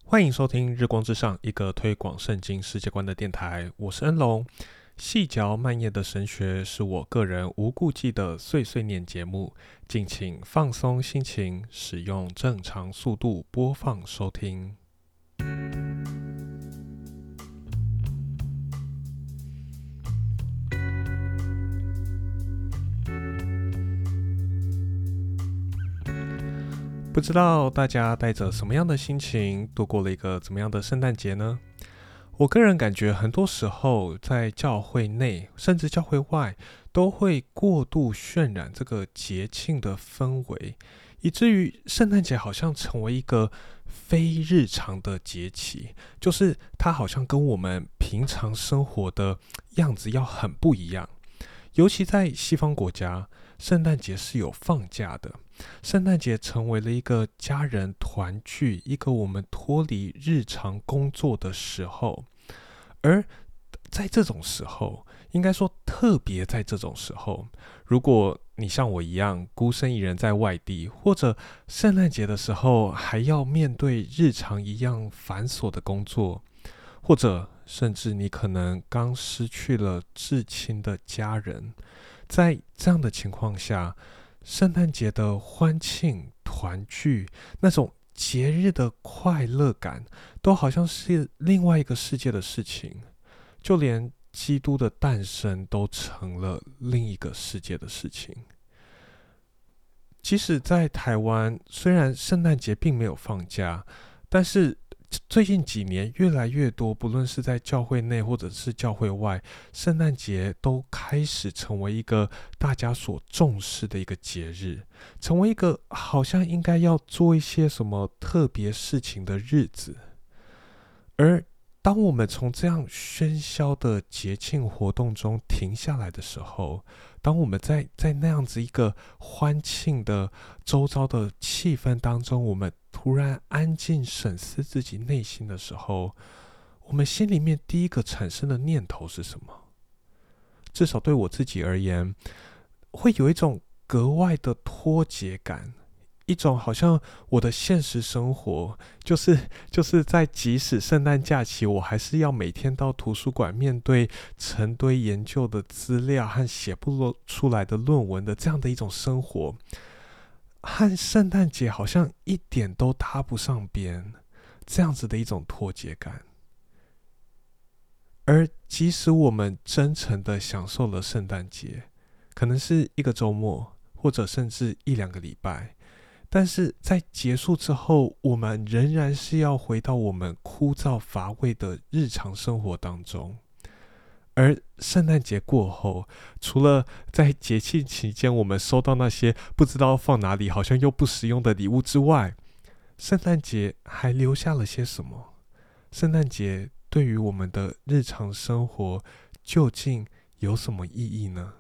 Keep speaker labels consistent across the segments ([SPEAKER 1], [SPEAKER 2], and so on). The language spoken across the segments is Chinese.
[SPEAKER 1] 欢迎收听日光之上，一个推广圣经世界观的电台。我是恩龙。细嚼慢咽的神学是我个人无顾忌的碎碎念节目，敬请放松心情，使用正常速度播放收听。不知道大家带着什么样的心情度过了一个怎么样的圣诞节呢？我个人感觉很多时候在教会内甚至教会外都会过度渲染这个节庆的氛围，以至于圣诞节好像成为一个非日常的节气，就是它好像跟我们平常生活的样子要很不一样。尤其在西方国家，圣诞节是有放假的，圣诞节成为了一个家人团聚，一个我们脱离日常工作的时候。而在这种时候，应该说特别在这种时候，如果你像我一样孤身一人在外地，或者圣诞节的时候还要面对日常一样繁琐的工作，或者甚至你可能刚失去了至亲的家人，在这样的情况下，圣诞节的欢庆团聚，那种节日的快乐感，都好像是另外一个世界的事情，就连基督的诞生都成了另一个世界的事情。即使在台湾，虽然圣诞节并没有放假，但是最近几年越来越多，不论是在教会内或者是教会外，圣诞节都开始成为一个大家所重视的一个节日，成为一个好像应该要做一些什么特别事情的日子。而当我们从这样喧嚣的节庆活动中停下来的时候，当我们在那样子一个欢庆的周遭的气氛当中，我们突然安静审视自己内心的时候，我们心里面第一个产生的念头是什么？至少对我自己而言，会有一种格外的脱节感，一种好像我的现实生活就是在即使圣诞假期，我还是要每天到图书馆面对成堆研究的资料和写不出来的论文的这样的一种生活，和圣诞节好像一点都搭不上边，这样子的一种脱节感。而即使我们真诚的享受了圣诞节，可能是一个周末，或者甚至一两个礼拜，但是在结束之后，我们仍然是要回到我们枯燥乏味的日常生活当中。而圣诞节过后，除了在节庆期间我们收到那些不知道放哪里好像又不实用的礼物之外，圣诞节还留下了些什么？圣诞节对于我们的日常生活究竟有什么意义呢？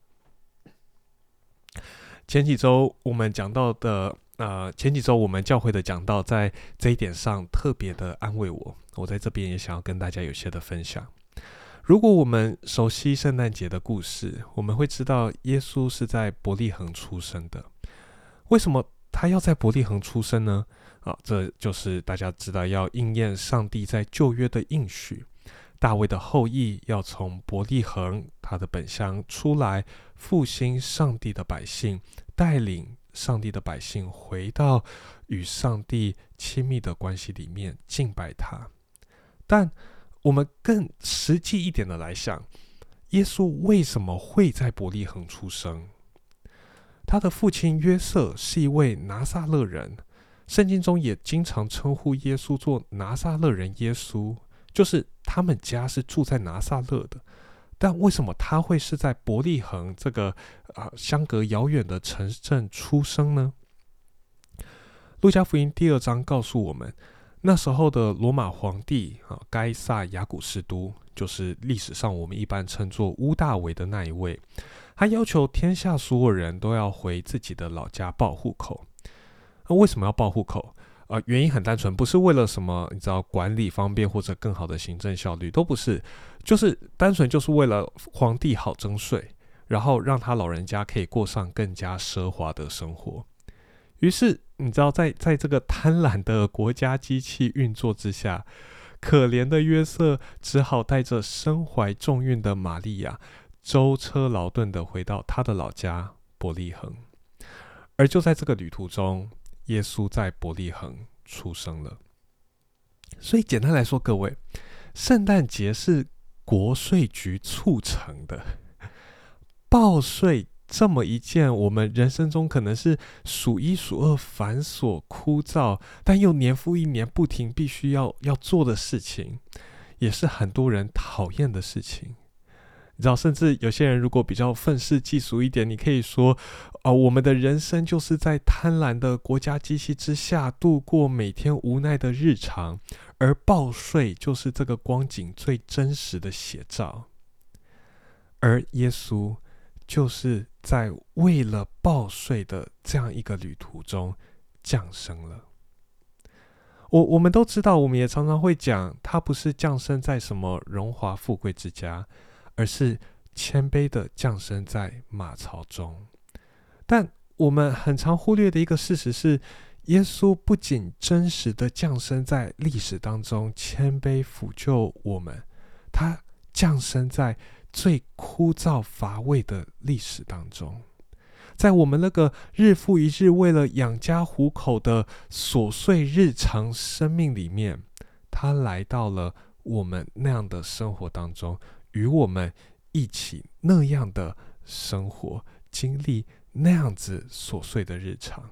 [SPEAKER 1] 前几周我们讲到的，前几周我们教会的讲道，在这一点上特别的安慰我。我在这边也想要跟大家有些的分享。如果我们熟悉圣诞节的故事，我们会知道耶稣是在伯利恒出生的。为什么他要在伯利恒出生呢？这就是大家知道要应验上帝在旧约的应许，大卫的后裔要从伯利恒他的本乡出来，复兴上帝的百姓，带领上帝的百姓回到与上帝亲密的关系里面敬拜他。但我们更实际一点的来想，耶稣为什么会在伯利恒出生？他的父亲约瑟是一位拿撒勒人，圣经中也经常称呼耶稣做拿撒勒人耶稣，就是他们家是住在拿撒勒的。但为什么他会是在伯利恒这个相隔遥远的城镇出生呢？路加福音第2章告诉我们，那时候的罗马皇帝该撒亚古士都，就是历史上我们一般称作屋大维的那一位，他要求天下所有人都要回自己的老家报户口。为什么要报户口？原因很单纯，不是为了什么你知道管理方便或者更好的行政效率，都不是，就是单纯就是为了皇帝好征税，然后让他老人家可以过上更加奢华的生活。 于是你知道在这个贪婪的国家机器运作之下，可怜的约瑟只好带着身怀重孕的玛利亚舟车劳顿的回到他的老家伯利恒。而就在这个旅途中，耶稣在伯利恒出生了。所以简单来说，各位，圣诞节是国税局促成的。报税这么一件我们人生中可能是数一数二繁琐枯燥，但又年复一年不停必须要做的事情，也是很多人讨厌的事情。你知道，甚至有些人如果比较愤世嫉俗一点，你可以说，我们的人生就是在贪婪的国家机器之下度过每天无奈的日常，而报税就是这个光景最真实的写照。而耶稣就是在为了报税的这样一个旅途中降生了。我们都知道，我们也常常会讲，他不是降生在什么荣华富贵之家，而是谦卑的降生在马槽中。但我们很常忽略的一个事实是，耶稣不仅真实的降生在历史当中，谦卑抚救我们，他降生在最枯燥乏味的历史当中。在我们那个日复一日为了养家糊口的琐碎日常生命里面，他来到了我们那样的生活当中，与我们一起那样的生活，经历那样子琐碎的日常。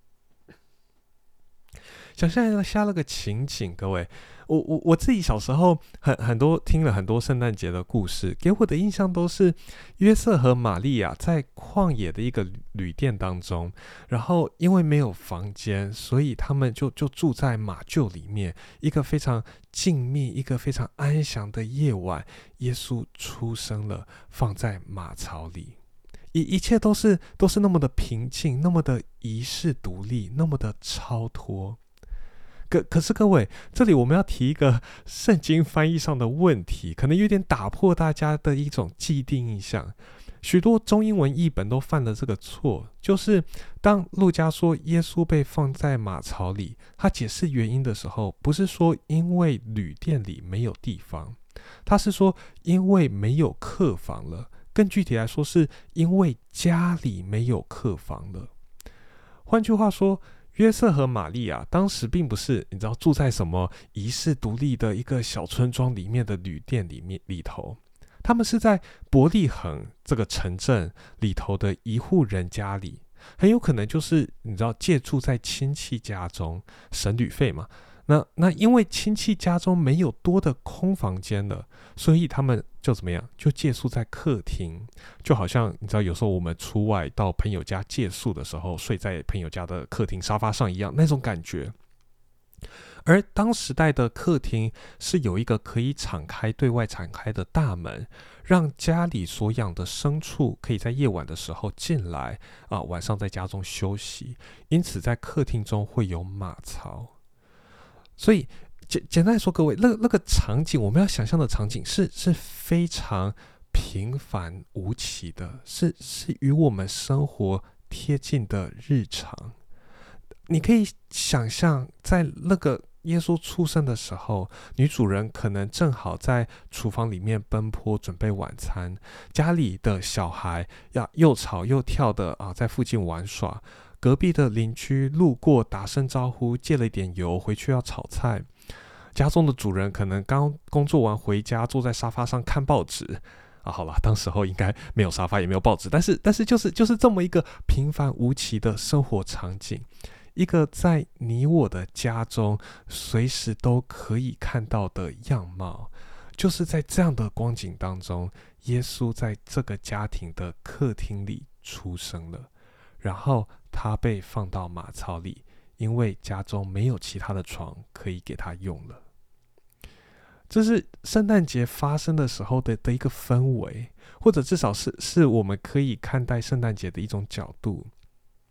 [SPEAKER 1] 想象一下那个情景，各位，我自己小时候很多听了很多圣诞节的故事，给我的印象都是约瑟和玛利亚在旷野的一个旅店当中，然后因为没有房间，所以他们就住在马厩里面，一个非常静谧、一个非常安详的夜晚，耶稣出生了，放在马槽里。一切都是那么的平静，那么的遗世独立，那么的超脱。可是各位，这里我们要提一个圣经翻译上的问题，可能有点打破大家的一种既定印象。许多中英文译本都犯了这个错，就是当路加说耶稣被放在马槽里，他解释原因的时候，不是说因为旅店里没有地方，他是说因为没有客房了。更具体来说，是因为家里没有客房了。换句话说，约瑟和玛利亚当时并不是你知道住在什么遗世独立的一个小村庄里面的旅店里头，他们是在伯利恒这个城镇里头的一户人家里，很有可能就是你知道借住在亲戚家中，省旅费嘛。那因为亲戚家中没有多的空房间了，所以他们就怎么样？就借宿在客厅，就好像你知道，有时候我们出外到朋友家借宿的时候，睡在朋友家的客厅沙发上一样，那种感觉。而当时代的客厅是有一个可以对外敞开的大门，让家里所养的牲畜可以在夜晚的时候进来晚上在家中休息。因此，在客厅中会有马槽。所以简单来说，各位，那个场景，我们要想象的场景是非常平凡无奇的，是与我们生活贴近的日常。你可以想象，在那个耶稣出生的时候，女主人可能正好在厨房里面奔波准备晚餐，家里的小孩又吵又跳的在附近玩耍。隔壁的邻居路过打声招呼，借了一点油回去要炒菜。家中的主人可能刚工作完回家，坐在沙发上看报纸好了，当时候应该没有沙发也没有报纸，但是就是这么一个平凡无奇的生活场景，一个在你我的家中随时都可以看到的样貌。就是在这样的光景当中，耶稣在这个家庭的客厅里出生了，然后他被放到马槽里，因为家中没有其他的床可以给他用了。这是圣诞节发生的时候的一个氛围，或者至少是我们可以看待圣诞节的一种角度。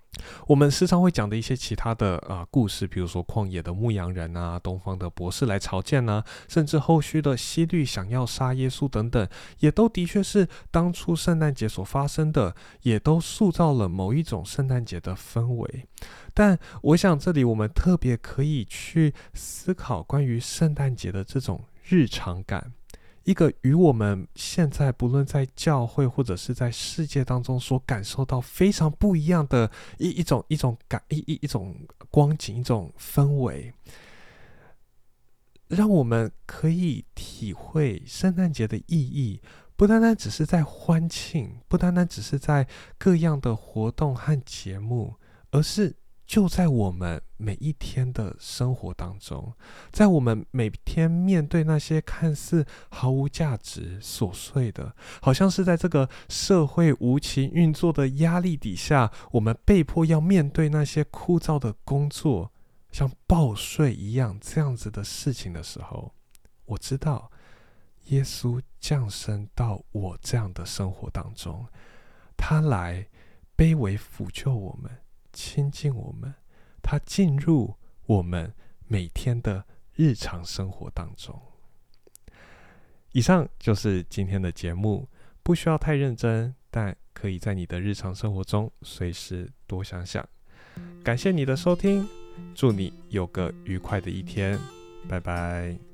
[SPEAKER 1] 我们时常会讲的一些其他的故事，比如说旷野的牧羊人啊，东方的博士来朝见啊，甚至后续的希律想要杀耶稣等等，也都的确是当初圣诞节所发生的，也都塑造了某一种圣诞节的氛围。但我想这里我们特别可以去思考关于圣诞节的这种日常感，一个与我们现在不论在教会或者是在世界当中所感受到非常不一样的一种光景，一种氛围，让我们可以体会圣诞节的意义，不单单只是在欢庆，不单单只是在各样的活动和节目，而是就在我们每一天的生活当中，在我们每天面对那些看似毫无价值、琐碎的，好像是在这个社会无情运作的压力底下，我们被迫要面对那些枯燥的工作，像报税一样这样子的事情的时候，我知道耶稣降生到我这样的生活当中，他来卑微抚救我们，亲近我们，他进入我们每天的日常生活当中。以上就是今天的节目，不需要太认真，但可以在你的日常生活中随时多想想。感谢你的收听，祝你有个愉快的一天，拜拜。